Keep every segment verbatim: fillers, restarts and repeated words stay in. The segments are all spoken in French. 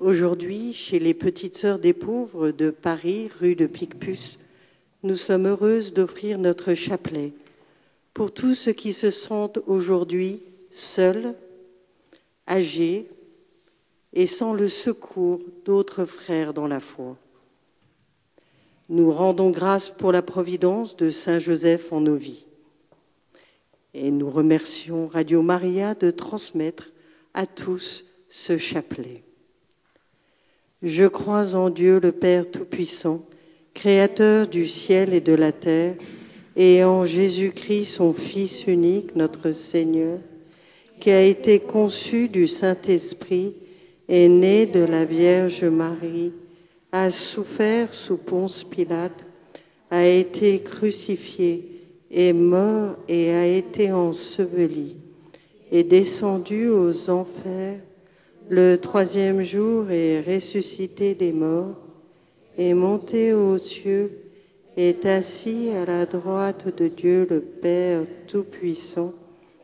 Aujourd'hui, chez les Petites Sœurs des Pauvres de Paris, rue de Picpus, nous sommes heureuses d'offrir notre chapelet pour tous ceux qui se sentent aujourd'hui seuls, âgés et sans le secours d'autres frères dans la foi. Nous rendons grâce pour la providence de Saint Joseph en nos vies. Et nous remercions Radio Maria de transmettre à tous ce chapelet. Je crois en Dieu le Père Tout-Puissant, Créateur du ciel et de la terre, et en Jésus-Christ, son Fils unique, notre Seigneur, qui a été conçu du Saint-Esprit, est né de la Vierge Marie, a souffert sous Ponce Pilate, a été crucifié, est mort et a été enseveli, est descendu aux enfers, le troisième jour est ressuscité des morts, est monté aux cieux, est assis à la droite de Dieu le Père Tout-Puissant,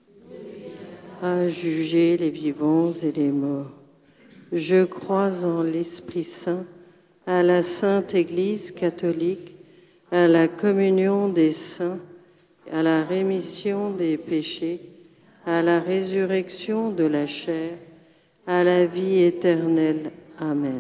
à juger les vivants et les morts. Je crois en l'Esprit Saint, à la Sainte Église catholique, à la communion des saints, à la rémission des péchés, à la résurrection de la chair, à la vie éternelle. Amen.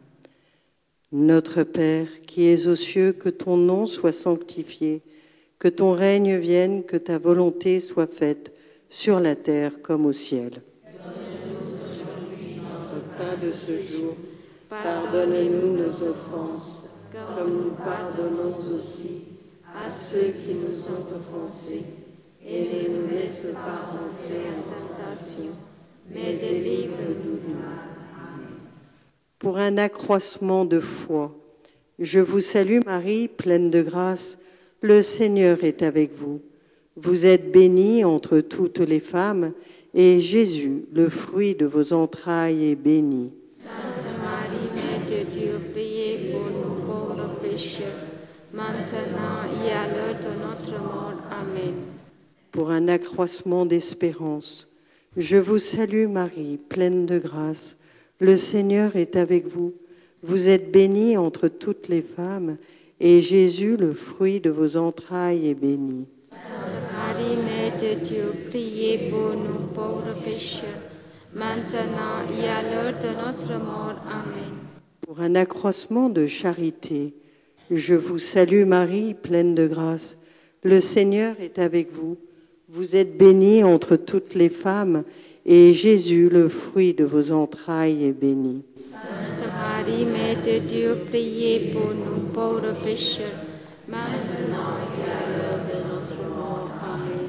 Notre Père, qui es aux cieux, que ton nom soit sanctifié, que ton règne vienne, que ta volonté soit faite sur la terre comme au ciel. Donne-nous aujourd'hui notre pain de ce jour. Pardonne-nous nos offenses, comme nous pardonnons aussi à ceux qui nous ont offensés. Et ne nous laisse pas entrer en tentation, mais délivre-nous du mal. Amen. Pour un accroissement de foi, je vous salue Marie, pleine de grâce, le Seigneur est avec vous. Vous êtes bénie entre toutes les femmes, et Jésus, le fruit de vos entrailles, est béni. Sainte Marie, Mère de Dieu, priez pour nous pauvres pécheurs, maintenant et à l'heure de notre mort. Amen. Pour un accroissement d'espérance, je vous salue Marie, pleine de grâce, le Seigneur est avec vous. Vous êtes bénie entre toutes les femmes, et Jésus, le fruit de vos entrailles, est béni. Sainte Marie, Mère de Dieu, priez pour nous pauvres pécheurs, maintenant et à l'heure de notre mort. Amen. Pour un accroissement de charité, je vous salue Marie, pleine de grâce, le Seigneur est avec vous. Vous êtes bénie entre toutes les femmes, et Jésus, le fruit de vos entrailles, est béni. Sainte Marie, Mère de Dieu, priez pour nous pauvres pécheurs, maintenant et à l'heure de notre mort. Amen.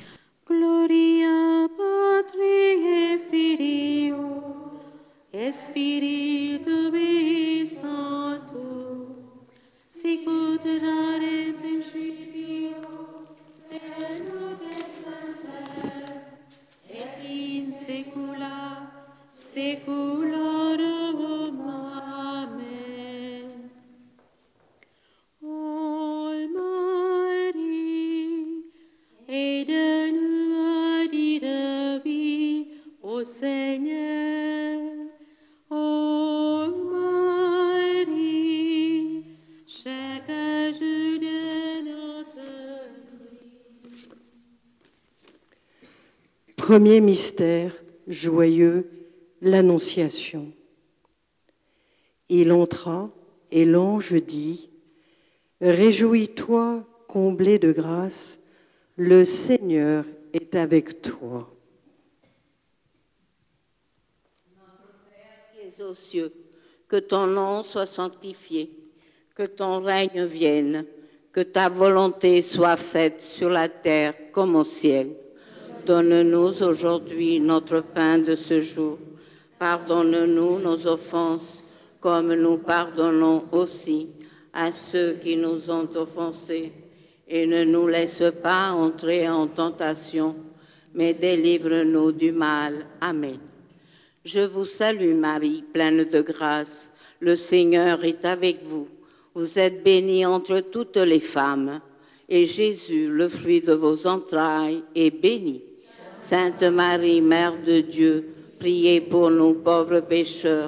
Gloria Patri et Filio et Spiritui Sancto, sicut erat in principio et nunc et semper et in saecula saeculorum. Amen. Ô Marie, aide-nous à dire oui au Seigneur. Ô Marie, chaque jour de notre vie. Premier mystère joyeux, l'Annonciation. Il entra et l'ange dit : Réjouis-toi, comblé de grâce, le Seigneur est avec toi. Qui es aux cieux, que ton nom soit sanctifié, que ton règne vienne, que ta volonté soit faite sur la terre comme au ciel. Donne-nous aujourd'hui notre pain de ce jour. Pardonne-nous nos offenses, comme nous pardonnons aussi à ceux qui nous ont offensés. Et ne nous laisse pas entrer en tentation, mais délivre-nous du mal. Amen. Je vous salue Marie, pleine de grâce. Le Seigneur est avec vous. Vous êtes bénie entre toutes les femmes, et Jésus, le fruit de vos entrailles, est béni. Sainte Marie, Mère de Dieu, priez pour nous pauvres pécheurs,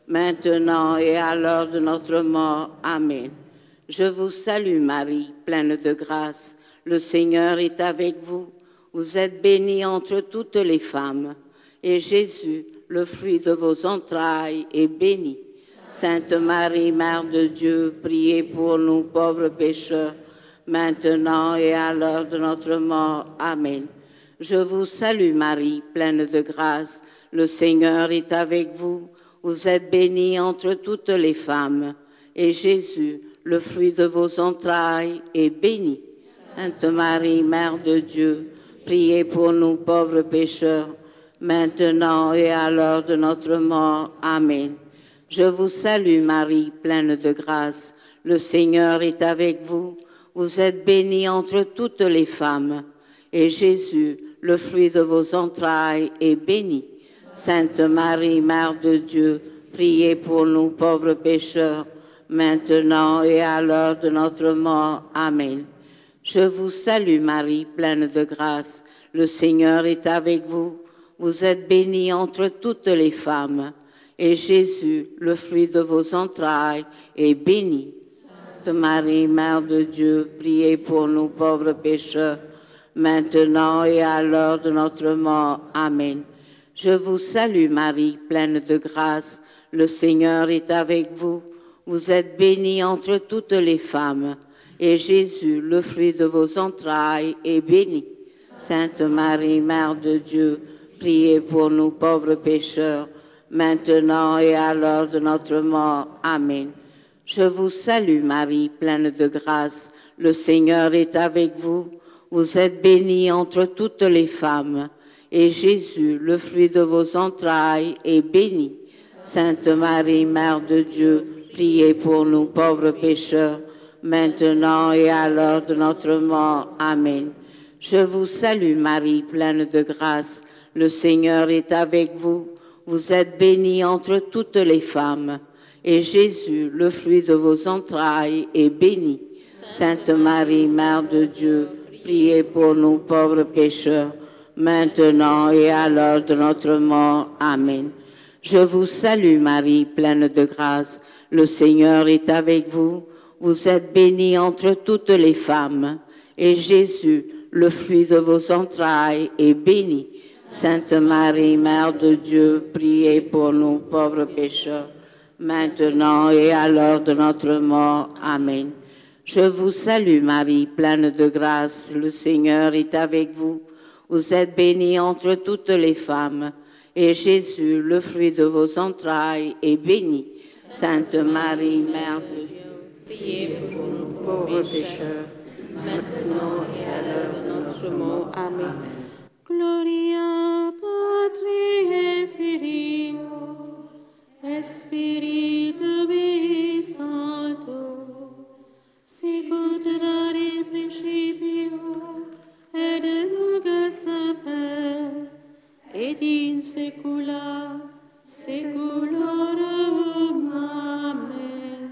maintenant et à l'heure de notre mort. Amen. Je vous salue Marie, pleine de grâce. Le Seigneur est avec vous. Vous êtes bénie entre toutes les femmes. Et Jésus, le fruit de vos entrailles, est béni. Sainte Marie, Mère de Dieu, priez pour nous pauvres pécheurs, maintenant et à l'heure de notre mort. Amen. Je vous salue Marie, pleine de grâce. Le Seigneur est avec vous. Vous êtes bénie entre toutes les femmes. Et Jésus, le fruit de vos entrailles, est béni. Sainte Marie, Mère de Dieu, priez pour nous pauvres pécheurs, maintenant et à l'heure de notre mort. Amen. Je vous salue Marie, pleine de grâce. Le Seigneur est avec vous. Vous êtes bénie entre toutes les femmes. Et Jésus, le fruit de vos entrailles, est béni. Sainte Marie, Mère de Dieu, priez pour nous pauvres pécheurs, maintenant et à l'heure de notre mort. Amen. Je vous salue Marie, pleine de grâce. Le Seigneur est avec vous. Vous êtes bénie entre toutes les femmes. Et Jésus, le fruit de vos entrailles, est béni. Sainte Marie, Mère de Dieu, priez pour nous pauvres pécheurs, maintenant et à l'heure de notre mort. Amen. Je vous salue Marie, pleine de grâce. Le Seigneur est avec vous. Vous êtes bénie entre toutes les femmes. Et Jésus, le fruit de vos entrailles, est béni. Sainte Marie, Mère de Dieu, priez pour nous pauvres pécheurs, maintenant et à l'heure de notre mort. Amen. Je vous salue Marie, pleine de grâce. Le Seigneur est avec vous. Vous êtes bénie entre toutes les femmes. Et Jésus, le fruit de vos entrailles, est béni. Sainte Marie, Mère de Dieu, priez pour nous pauvres pécheurs, maintenant et à l'heure de notre mort. Amen. Je vous salue Marie, pleine de grâce. Le Seigneur est avec vous. Vous êtes bénie entre toutes les femmes. Et Jésus, le fruit de vos entrailles, est béni. Sainte Marie, Mère de Dieu, priez pour nous pauvres pécheurs, maintenant et à l'heure de notre mort. Amen. Je vous salue Marie, pleine de grâce. Le Seigneur est avec vous. Vous êtes bénie entre toutes les femmes. Et Jésus, le fruit de vos entrailles, est béni. Sainte Marie, Mère de Dieu, priez pour nous pauvres pécheurs, maintenant et à l'heure de notre mort. Amen. Je vous salue Marie, pleine de grâce. Le Seigneur est avec vous. Vous êtes bénie entre toutes les femmes. Et Jésus, le fruit de vos entrailles, est béni. Sainte Marie, Mère de Dieu, priez pour nous Pauvres pécheurs, maintenant et à l'heure de notre mort. Amen. Gloria Patri et Filio, Spiritu Sancto, sicut erat in principio, et nunc et semper, et in saecula saeculorum. Amen.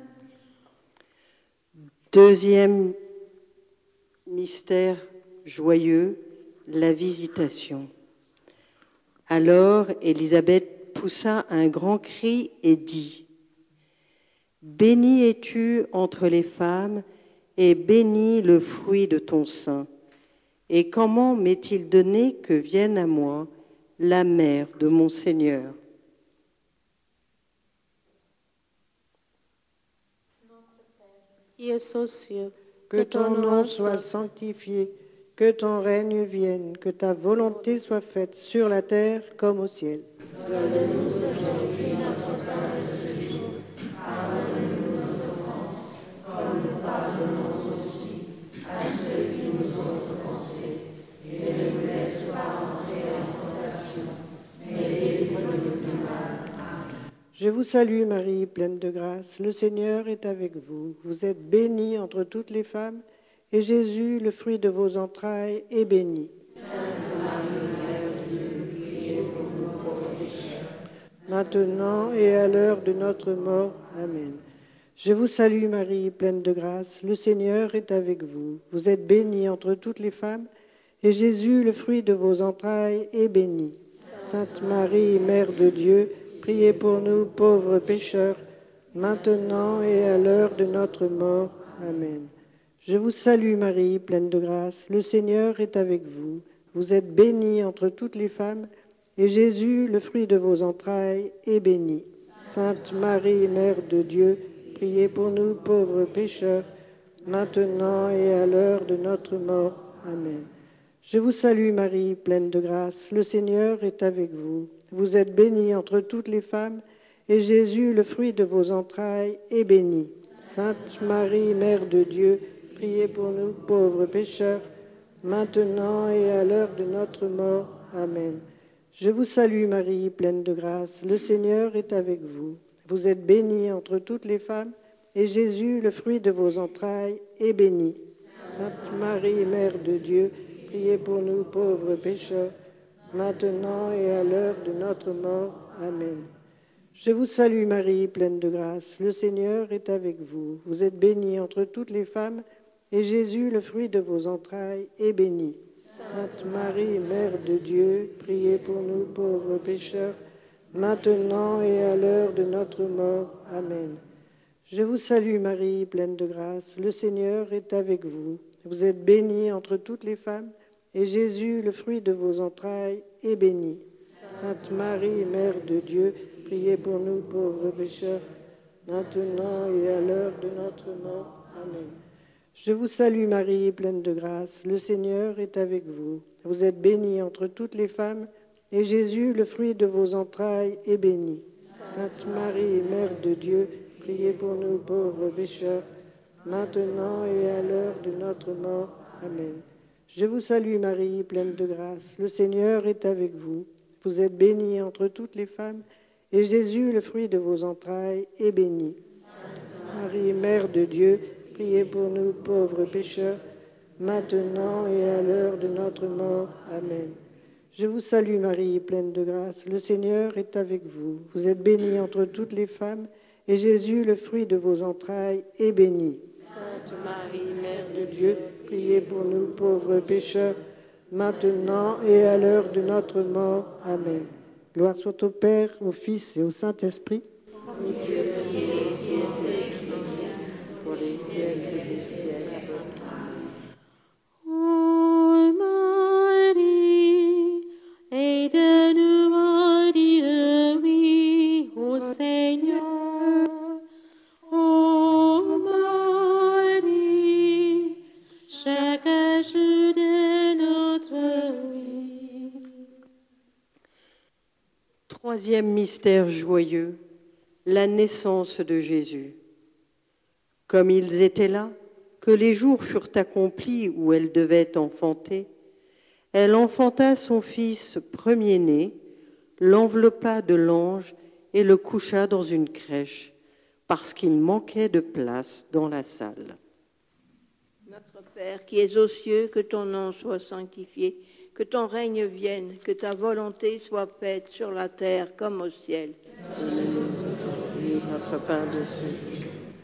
Deuxième mystère joyeux, la visitation. Alors Élisabeth poussa un grand cri et dit : Bénie es-tu entre les femmes, et béni le fruit de ton sein. Et comment m'est-il donné que vienne à moi la mère de mon Seigneur ? Qui es aux cieux, Que ton nom soit sanctifié, que ton règne vienne, que ta volonté soit faite sur la terre comme au ciel. Donne-nous aujourd'hui notre pain de ce jour. Pardonne-nous nos offenses, comme nous pardonnons aussi à ceux qui nous ont offensés. Et ne nous laisse pas entrer en tentation, mais délivre-nous du mal. Amen. Je vous salue Marie, pleine de grâce, le Seigneur est avec vous. Vous êtes bénie entre toutes les femmes, et Jésus, le fruit de vos entrailles, est béni. Sainte Marie, Mère de Dieu, priez pour nous pauvres pécheurs, Maintenant et à l'heure de notre mort. Amen. Je vous salue Marie, pleine de grâce, le Seigneur est avec vous. Vous êtes bénie entre toutes les femmes, et Jésus, le fruit de vos entrailles, est béni. Sainte Marie, Mère de Dieu, priez pour nous pauvres pécheurs, maintenant et à l'heure de notre mort. Amen. Je vous salue Marie, pleine de grâce, le Seigneur est avec vous. Vous êtes bénie entre toutes les femmes, et Jésus, le fruit de vos entrailles, est béni. Sainte Marie, Mère de Dieu, priez pour nous pauvres pécheurs, maintenant et à l'heure de notre mort. Amen. Je vous salue Marie, pleine de grâce, le Seigneur est avec vous. Vous êtes bénie entre toutes les femmes, et Jésus, le fruit de vos entrailles, est béni. Sainte Marie, Mère de Dieu, priez pour nous pauvres pécheurs, maintenant et à l'heure de notre mort. Amen. Je vous salue Marie, pleine de grâce, le Seigneur est avec vous. Vous êtes bénie entre toutes les femmes, et Jésus, le fruit de vos entrailles, est béni. Sainte Marie, Mère de Dieu, priez pour nous pauvres pécheurs, maintenant et à l'heure de notre mort. Amen. Je vous salue Marie, pleine de grâce, le Seigneur est avec vous. Vous êtes bénie entre toutes les femmes, et Jésus, le fruit de vos entrailles, est béni. Sainte Marie, Mère de Dieu, priez pour nous pauvres pécheurs, maintenant et à l'heure de notre mort. Amen. Je vous salue Marie, pleine de grâce, le Seigneur est avec vous. Vous êtes bénie entre toutes les femmes, et Jésus, le fruit de vos entrailles, est béni. Sainte Marie, Mère de Dieu, priez pour nous pauvres pécheurs, maintenant et à l'heure de notre mort. Amen. Je vous salue Marie, pleine de grâce, le Seigneur est avec vous. Vous êtes bénie entre toutes les femmes, et Jésus, le fruit de vos entrailles, est béni. Sainte Marie, Mère de Dieu, priez pour nous pauvres pécheurs, maintenant et à l'heure de notre mort. Amen. Je vous salue Marie, pleine de grâce, le Seigneur est avec vous. Vous êtes bénie entre toutes les femmes, et Jésus, le fruit de vos entrailles, est béni. Sainte Marie, Mère de Dieu, priez pour nous pauvres pécheurs, maintenant et à l'heure de notre mort. Amen. Je vous salue Marie, pleine de grâce, le Seigneur est avec vous. Vous êtes bénie entre toutes les femmes, et Jésus, le fruit de vos entrailles, est béni. Sainte Marie, Mère de Dieu, priez pour nous pauvres pécheurs, maintenant et à l'heure de notre mort. Amen. Gloire soit au Père, au Fils et au Saint-Esprit. Pour les siècles des siècles. Ô Marie, aide-nous à dire oui au Seigneur. Ô Marie, chaque jour de notre vie. Troisième mystère joyeux, la naissance de Jésus. Comme ils étaient là, que les jours furent accomplis où elle devait enfanter, elle enfanta son fils premier-né, l'enveloppa de l'ange et le coucha dans une crèche, parce qu'il manquait de place dans la salle. Notre Père qui es aux cieux, que ton nom soit sanctifié, que ton règne vienne, que ta volonté soit faite sur la terre comme au ciel. Donne-nous aujourd'hui notre pain de ce jour.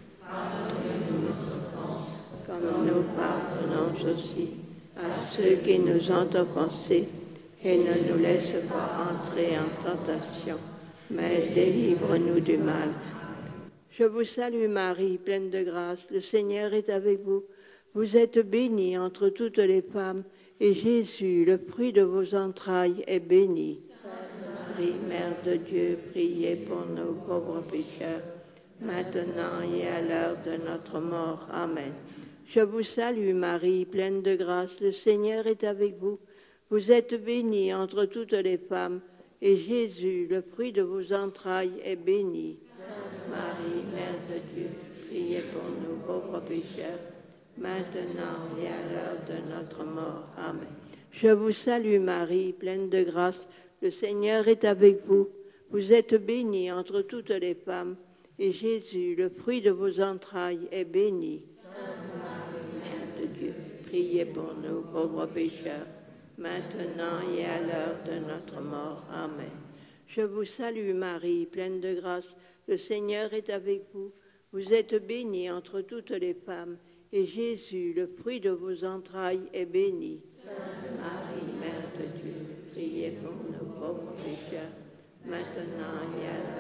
Comme nous pardonnons aussi à ceux qui nous ont offensés, et ne nous laisse pas entrer en tentation, mais délivre-nous du mal. Je vous salue Marie, pleine de grâce, le Seigneur est avec vous. Vous êtes bénie entre toutes les femmes, et Jésus, le fruit de vos entrailles, est béni. Sainte Marie, Mère de Dieu, priez pour nous pauvres pécheurs, maintenant et à l'heure de notre mort. Amen. Je vous salue Marie, pleine de grâce, le Seigneur est avec vous. Vous êtes bénie entre toutes les femmes, et Jésus, le fruit de vos entrailles, est béni. Sainte Marie, Mère de Dieu, priez pour nous pauvres pécheurs, maintenant et à l'heure de notre mort. Amen. Je vous salue Marie, pleine de grâce, le Seigneur est avec vous. Vous êtes bénie entre toutes les femmes, et Jésus, le fruit de vos entrailles, est béni. Sainte Marie, Mère de Dieu, priez pour nous pauvres pécheurs, maintenant et à l'heure de notre mort. Amen. Je vous salue Marie, pleine de grâce, le Seigneur est avec vous. Vous êtes bénie entre toutes les femmes, et Jésus, le fruit de vos entrailles, est béni. Sainte Marie, Mère de Dieu, priez pour nous pauvres pécheurs, maintenant et à l'heure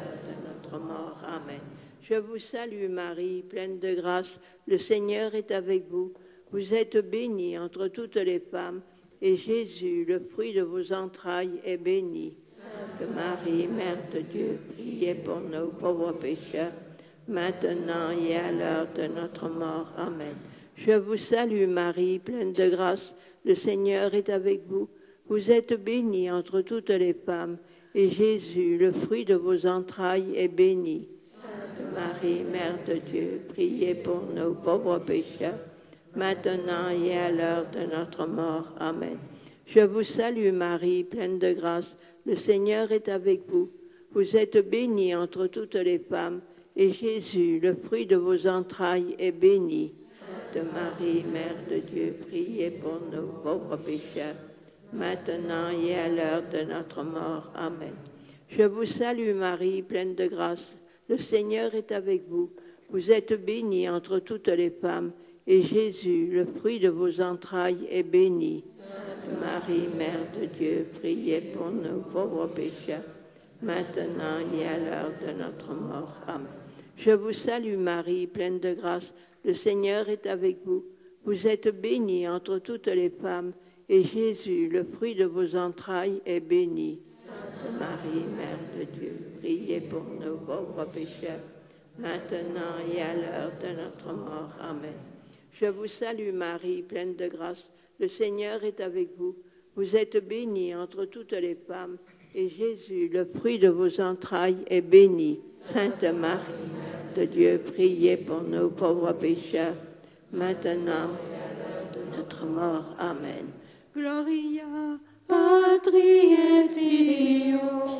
mort. Amen. Je vous salue Marie, pleine de grâce, le Seigneur est avec vous. Vous êtes bénie entre toutes les femmes, et Jésus, le fruit de vos entrailles, est béni. Sainte Marie, Mère de Dieu, priez pour nous pauvres pécheurs, maintenant et à l'heure de notre mort. Amen. Je vous salue Marie, pleine de grâce, le Seigneur est avec vous. Vous êtes bénie entre toutes les femmes, et Jésus, le fruit de vos entrailles, est béni. Sainte Marie, Mère de Dieu, priez pour nous pauvres pécheurs, maintenant et à l'heure de notre mort. Amen. Je vous salue Marie, pleine de grâce, le Seigneur est avec vous. Vous êtes bénie entre toutes les femmes, et Jésus, le fruit de vos entrailles, est béni. Sainte Marie, Mère de Dieu, priez pour nous pauvres pécheurs, maintenant et à l'heure de notre mort. Amen. Je vous salue Marie, pleine de grâce, le Seigneur est avec vous. Vous êtes bénie entre toutes les femmes, et Jésus, le fruit de vos entrailles, est béni. Sainte Marie, Mère de Dieu, priez pour nous pauvres pécheurs, maintenant et à l'heure de notre mort. Amen. Je vous salue Marie, pleine de grâce, le Seigneur est avec vous. Vous êtes bénie entre toutes les femmes, et Jésus, le fruit de vos entrailles, est béni. Sainte Marie, Mère de Dieu, priez pour nous pauvres pécheurs, maintenant et à l'heure de notre mort. Amen. Je vous salue Marie, pleine de grâce, le Seigneur est avec vous. Vous êtes bénie entre toutes les femmes, et Jésus, le fruit de vos entrailles, est béni. Sainte Marie, Mère de Dieu, priez pour nous pauvres pécheurs, maintenant et à l'heure de notre mort. Amen. Gloria Patri et Filio,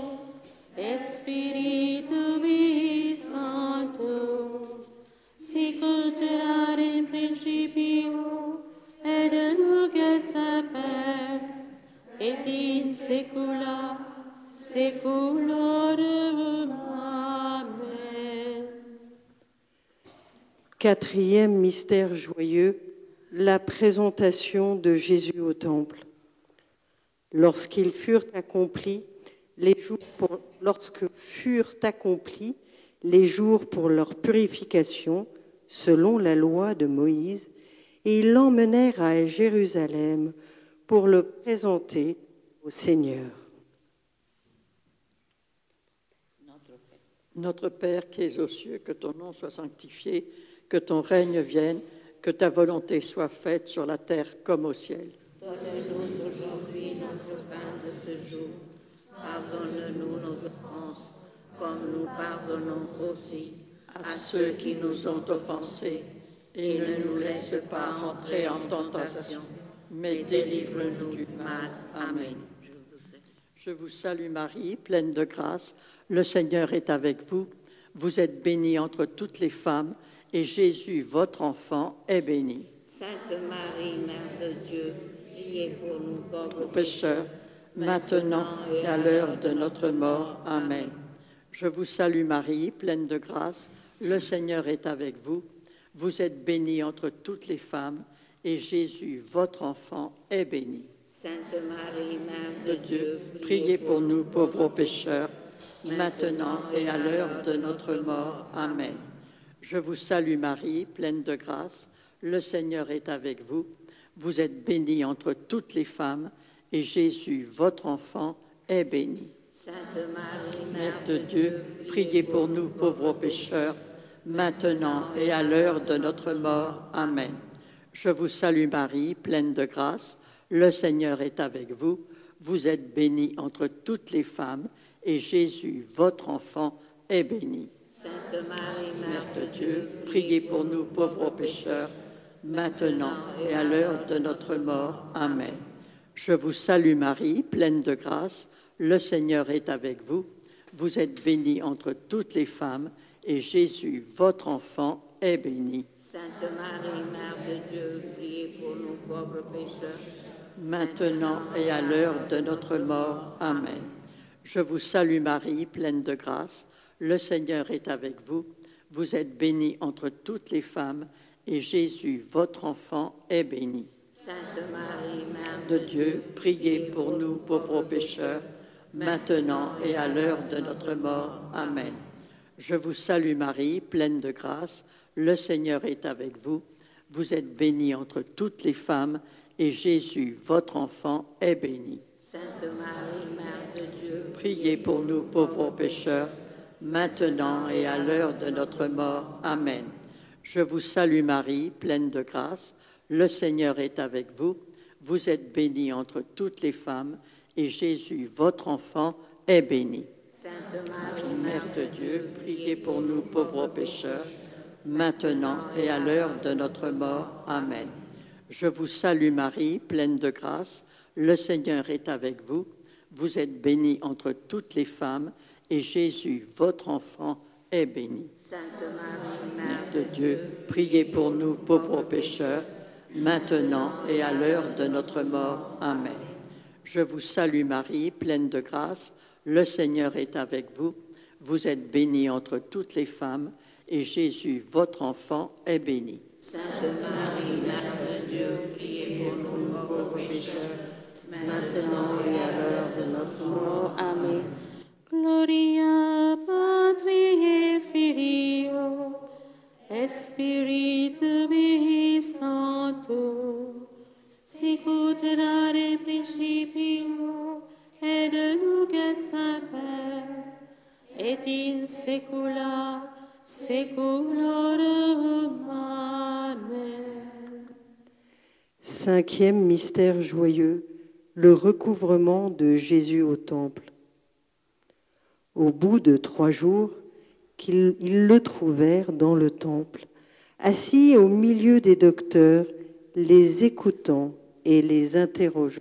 Spiritui Sancto, sicut erat in principio, et nunc et semper, et in saecula saeculorum. Amen. Quatrième mystère joyeux, la présentation de Jésus au temple. Lorsqu'ils furent accomplis, les jours pour, lorsque furent accomplis les jours pour leur purification, selon la loi de Moïse, et ils l'emmenèrent à Jérusalem pour le présenter au Seigneur. Notre Père qui es aux cieux, que ton nom soit sanctifié, que ton règne vienne, que ta volonté soit faite sur la terre comme au ciel. Donne-nous aujourd'hui notre pain de ce jour. Pardonne-nous nos offenses, comme nous pardonnons aussi à ceux qui nous ont offensés, et ne nous laisse pas entrer en tentation, mais délivre-nous du mal. Amen. Je vous salue Marie, pleine de grâce, le Seigneur est avec vous. Vous êtes bénie entre toutes les femmes, et Jésus, votre enfant, est béni. Sainte Marie, Mère de Dieu, priez pour nous pauvres pécheurs, maintenant et à l'heure de notre mort. Amen. Je vous salue Marie, pleine de grâce, le Seigneur est avec vous. Vous êtes bénie entre toutes les femmes, et Jésus, votre enfant, est béni. Sainte Marie, Mère de Dieu, priez pour nous pauvres pécheurs, maintenant et à l'heure de notre mort. Amen. Je vous salue Marie, pleine de grâce, le Seigneur est avec vous. Vous êtes bénie entre toutes les femmes, et Jésus, votre enfant, est béni. Sainte Marie, Mère de Dieu, priez pour nous pauvres pécheurs, maintenant et à l'heure de notre mort. Amen. Je vous salue Marie, pleine de grâce, le Seigneur est avec vous. Vous êtes bénie entre toutes les femmes, et Jésus, votre enfant, est béni. Sainte Marie, Mère de Dieu, priez pour nous pauvres pécheurs, maintenant et à l'heure de notre mort. Amen. Je vous salue Marie, pleine de grâce, le Seigneur est avec vous. Vous êtes bénie entre toutes les femmes, et Jésus, votre enfant, est béni. Sainte Marie, Mère de Dieu, priez pour nous pauvres pécheurs, maintenant et à l'heure de notre mort. Amen. Je vous salue Marie, pleine de grâce, le Seigneur est avec vous. Vous êtes bénie entre toutes les femmes, et Jésus, votre enfant, est béni. Sainte Marie, Mère de Dieu, priez pour nous pauvres pécheurs, maintenant et à l'heure de notre mort. Amen. Je vous salue Marie, pleine de grâce, le Seigneur est avec vous. Vous êtes bénie entre toutes les femmes, et Jésus, votre enfant, est béni. Sainte Marie, Mère de Dieu, priez pour nous pauvres pécheurs, maintenant et à l'heure de notre mort. Amen. Je vous salue Marie, pleine de grâce, le Seigneur est avec vous. Vous êtes bénie entre toutes les femmes, et Jésus, votre enfant, est béni. Sainte Marie, Mère de Dieu, priez pour nous pauvres pécheurs, maintenant et à l'heure de notre mort. Amen. Je vous salue Marie, pleine de grâce, le Seigneur est avec vous. Vous êtes bénie entre toutes les femmes, et Jésus, votre enfant, est béni. Sainte Marie, Mère de Dieu, priez pour nous pauvres pécheurs, maintenant et à l'heure de notre mort. Amen. Je vous salue Marie, pleine de grâce, le Seigneur est avec vous. Vous êtes bénie entre toutes les femmes, et Jésus, votre enfant, est béni. Sainte Marie, Mère de Dieu, priez pour nous pauvres pécheurs, maintenant et à l'heure de notre mort. Amen. Gloria Patri et Filio, et Spiritui Sancto, sicut erat in principio, et nunc et semper, et in saecula saeculorum. Amen. Cinquième mystère joyeux, le recouvrement de Jésus au temple. Au bout de trois jours, qu'ils, ils le trouvèrent dans le temple, assis au milieu des docteurs, les écoutant et les interrogeant.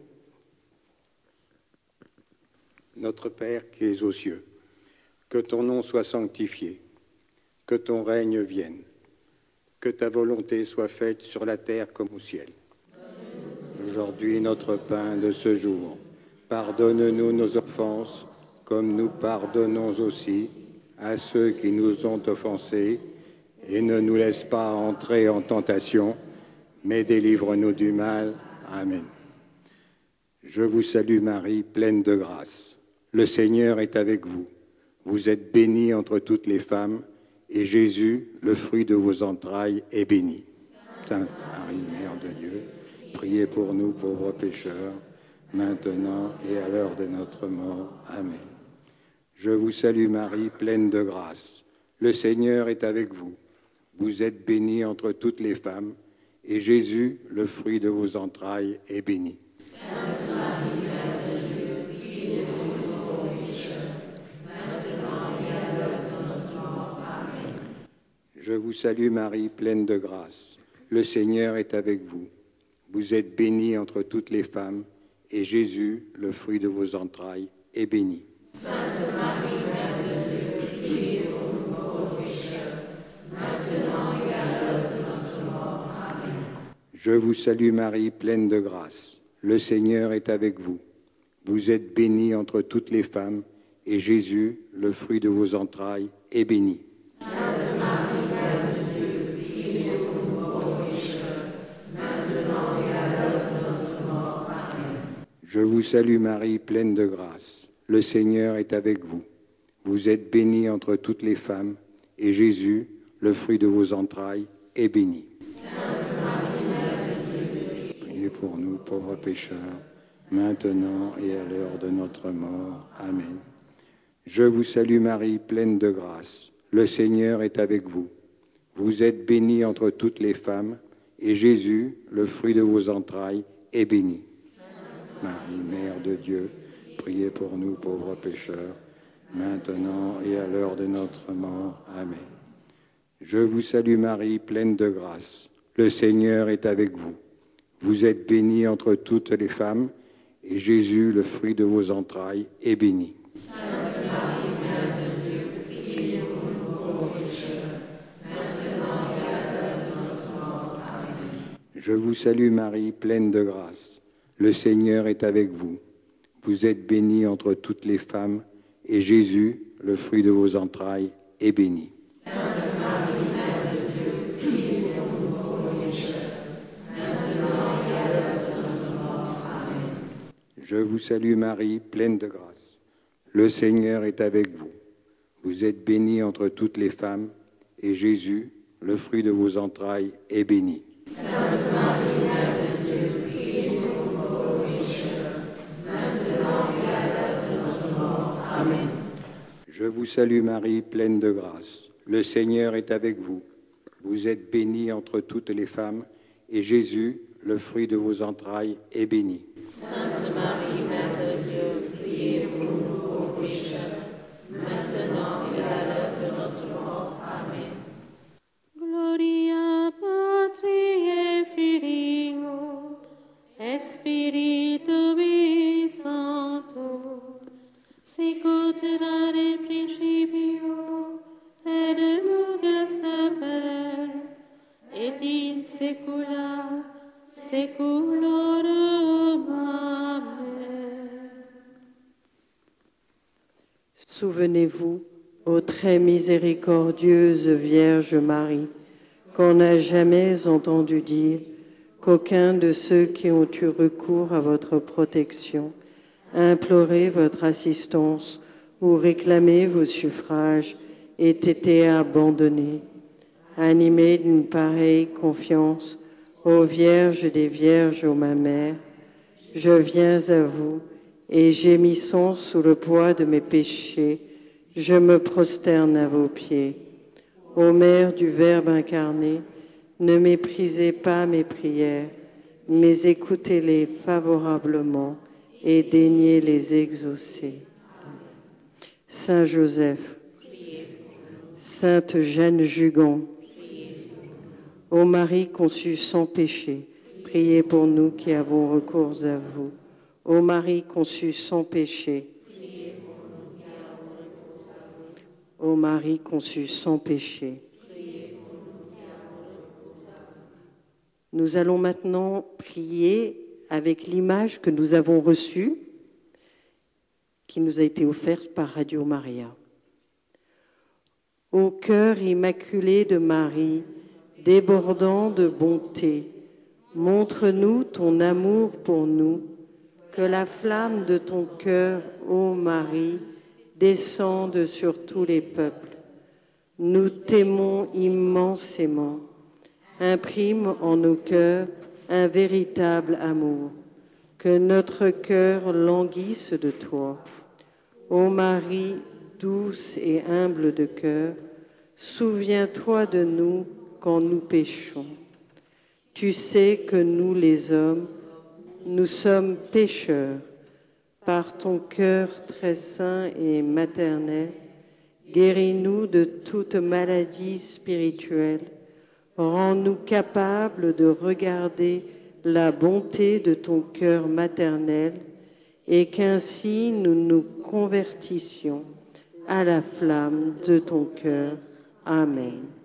Notre Père qui es aux cieux, que ton nom soit sanctifié, que ton règne vienne, que ta volonté soit faite sur la terre comme au ciel. Aujourd'hui notre pain de ce jour, pardonne-nous nos offenses, comme nous pardonnons aussi à ceux qui nous ont offensés, et ne nous laisse pas entrer en tentation, mais délivre-nous du mal. Amen. Je vous salue Marie, pleine de grâce. Le Seigneur est avec vous. Vous êtes bénie entre toutes les femmes, et Jésus, le fruit de vos entrailles, est béni. Sainte Marie, Mère de Dieu, priez pour nous pauvres pécheurs, maintenant et à l'heure de notre mort. Amen. Je vous salue Marie, pleine de grâce. Le Seigneur est avec vous. Vous êtes bénie entre toutes les femmes, et Jésus, le fruit de vos entrailles, est béni. Sainte Marie, Mère de Dieu, priez pour nous pauvres pécheurs, maintenant et à l'heure de notre mort. Amen. Je vous salue Marie, pleine de grâce. Le Seigneur est avec vous. Vous êtes bénie entre toutes les femmes, et Jésus, le fruit de vos entrailles, est béni. Sainte Marie, Mère de Dieu, priez pour nous pauvres pécheurs, maintenant et à l'heure de notre mort. Amen. Je vous salue Marie, pleine de grâce. Le Seigneur est avec vous. Vous êtes bénie entre toutes les femmes, et Jésus, le fruit de vos entrailles, est béni. Sainte Marie, Mère de Dieu, priez pour nous pauvres pécheurs, maintenant et à l'heure de notre mort. Amen. Je vous salue Marie, pleine de grâce. Le Seigneur est avec vous. Vous êtes bénie entre toutes les femmes, et Jésus, le fruit de vos entrailles, est béni. Sainte Marie, Mère de Dieu, priez pour nous pauvres pécheurs, maintenant et à l'heure de notre mort. Amen. Je vous salue Marie, pleine de grâce. Le Seigneur est avec vous. Vous êtes bénie entre toutes les femmes, et Jésus, le fruit de vos entrailles, est béni. Marie, Mère de Dieu, priez pour nous pauvres pécheurs, maintenant et à l'heure de notre mort. Amen. Je vous salue Marie, pleine de grâce. Le Seigneur est avec vous. Vous êtes bénie entre toutes les femmes, et Jésus, le fruit de vos entrailles, est béni. Sainte Marie, Mère de Dieu, priez pour nous pauvres pécheurs, maintenant et à l'heure de notre mort. Amen. Je vous salue Marie, pleine de grâce. Le Seigneur est avec vous. Vous êtes bénie entre toutes les femmes, et Jésus, le fruit de vos entrailles, est béni. Sainte Marie, Mère de Dieu, priez pour nous pauvres pécheurs, maintenant et à l'heure de notre mort. Amen. Je vous salue Marie, pleine de grâce. Le Seigneur est avec vous. Vous êtes bénie entre toutes les femmes, et Jésus, le fruit de vos entrailles, est béni. Sainte Marie, Mère de Dieu, priez pour nous pauvres pécheurs, maintenant et à l'heure de notre mort. Amen. Je vous salue Marie, pleine de grâce. Le Seigneur est avec vous. Vous êtes bénie entre toutes les femmes, et Jésus, le fruit de vos entrailles, est béni. Sainte Marie, Mère de Dieu, priez pour nous pauvres pécheurs, maintenant et à l'heure de notre mort. Amen. Gloria Patri et Filio et Spiritui Sancto, sicut erat in principio et nunc et semper et in saecula saeculorum. Amen. Souvenez-vous, ô très miséricordieuse Vierge Marie, qu'on n'a jamais entendu dire qu'aucun de ceux qui ont eu recours à votre protection, imploré votre assistance ou réclamé vos suffrages ait été abandonné. Animée d'une pareille confiance, ô Vierge des Vierges, ô ma Mère, je viens à vous et gémissant sous le poids de mes péchés, je me prosterne à vos pieds. Ô Mère du Verbe incarné, ne méprisez pas mes prières, mais écoutez-les favorablement et daignez les exaucer. Saint Joseph, Sainte Jeanne Jugon, ô Marie conçue sans péché, priez pour nous qui avons recours à vous. Ô Marie conçue sans péché, ô Marie conçue sans péché. Nous allons maintenant prier avec l'image que nous avons reçue, qui nous a été offerte par Radio Maria. Ô cœur immaculé de Marie, débordant de bonté, montre-nous ton amour pour nous, que la flamme de ton cœur, ô Marie, descende sur tous les peuples. Nous t'aimons immensément. Imprime en nos cœurs un véritable amour, que notre cœur languisse de toi. Ô Marie, douce et humble de cœur, souviens-toi de nous quand nous péchons. Tu sais que nous, les hommes, nous sommes pécheurs. Par ton cœur très saint et maternel, guéris-nous de toute maladie spirituelle. Rends-nous capables de regarder la bonté de ton cœur maternel et qu'ainsi nous nous convertissions à la flamme de ton cœur. Amen.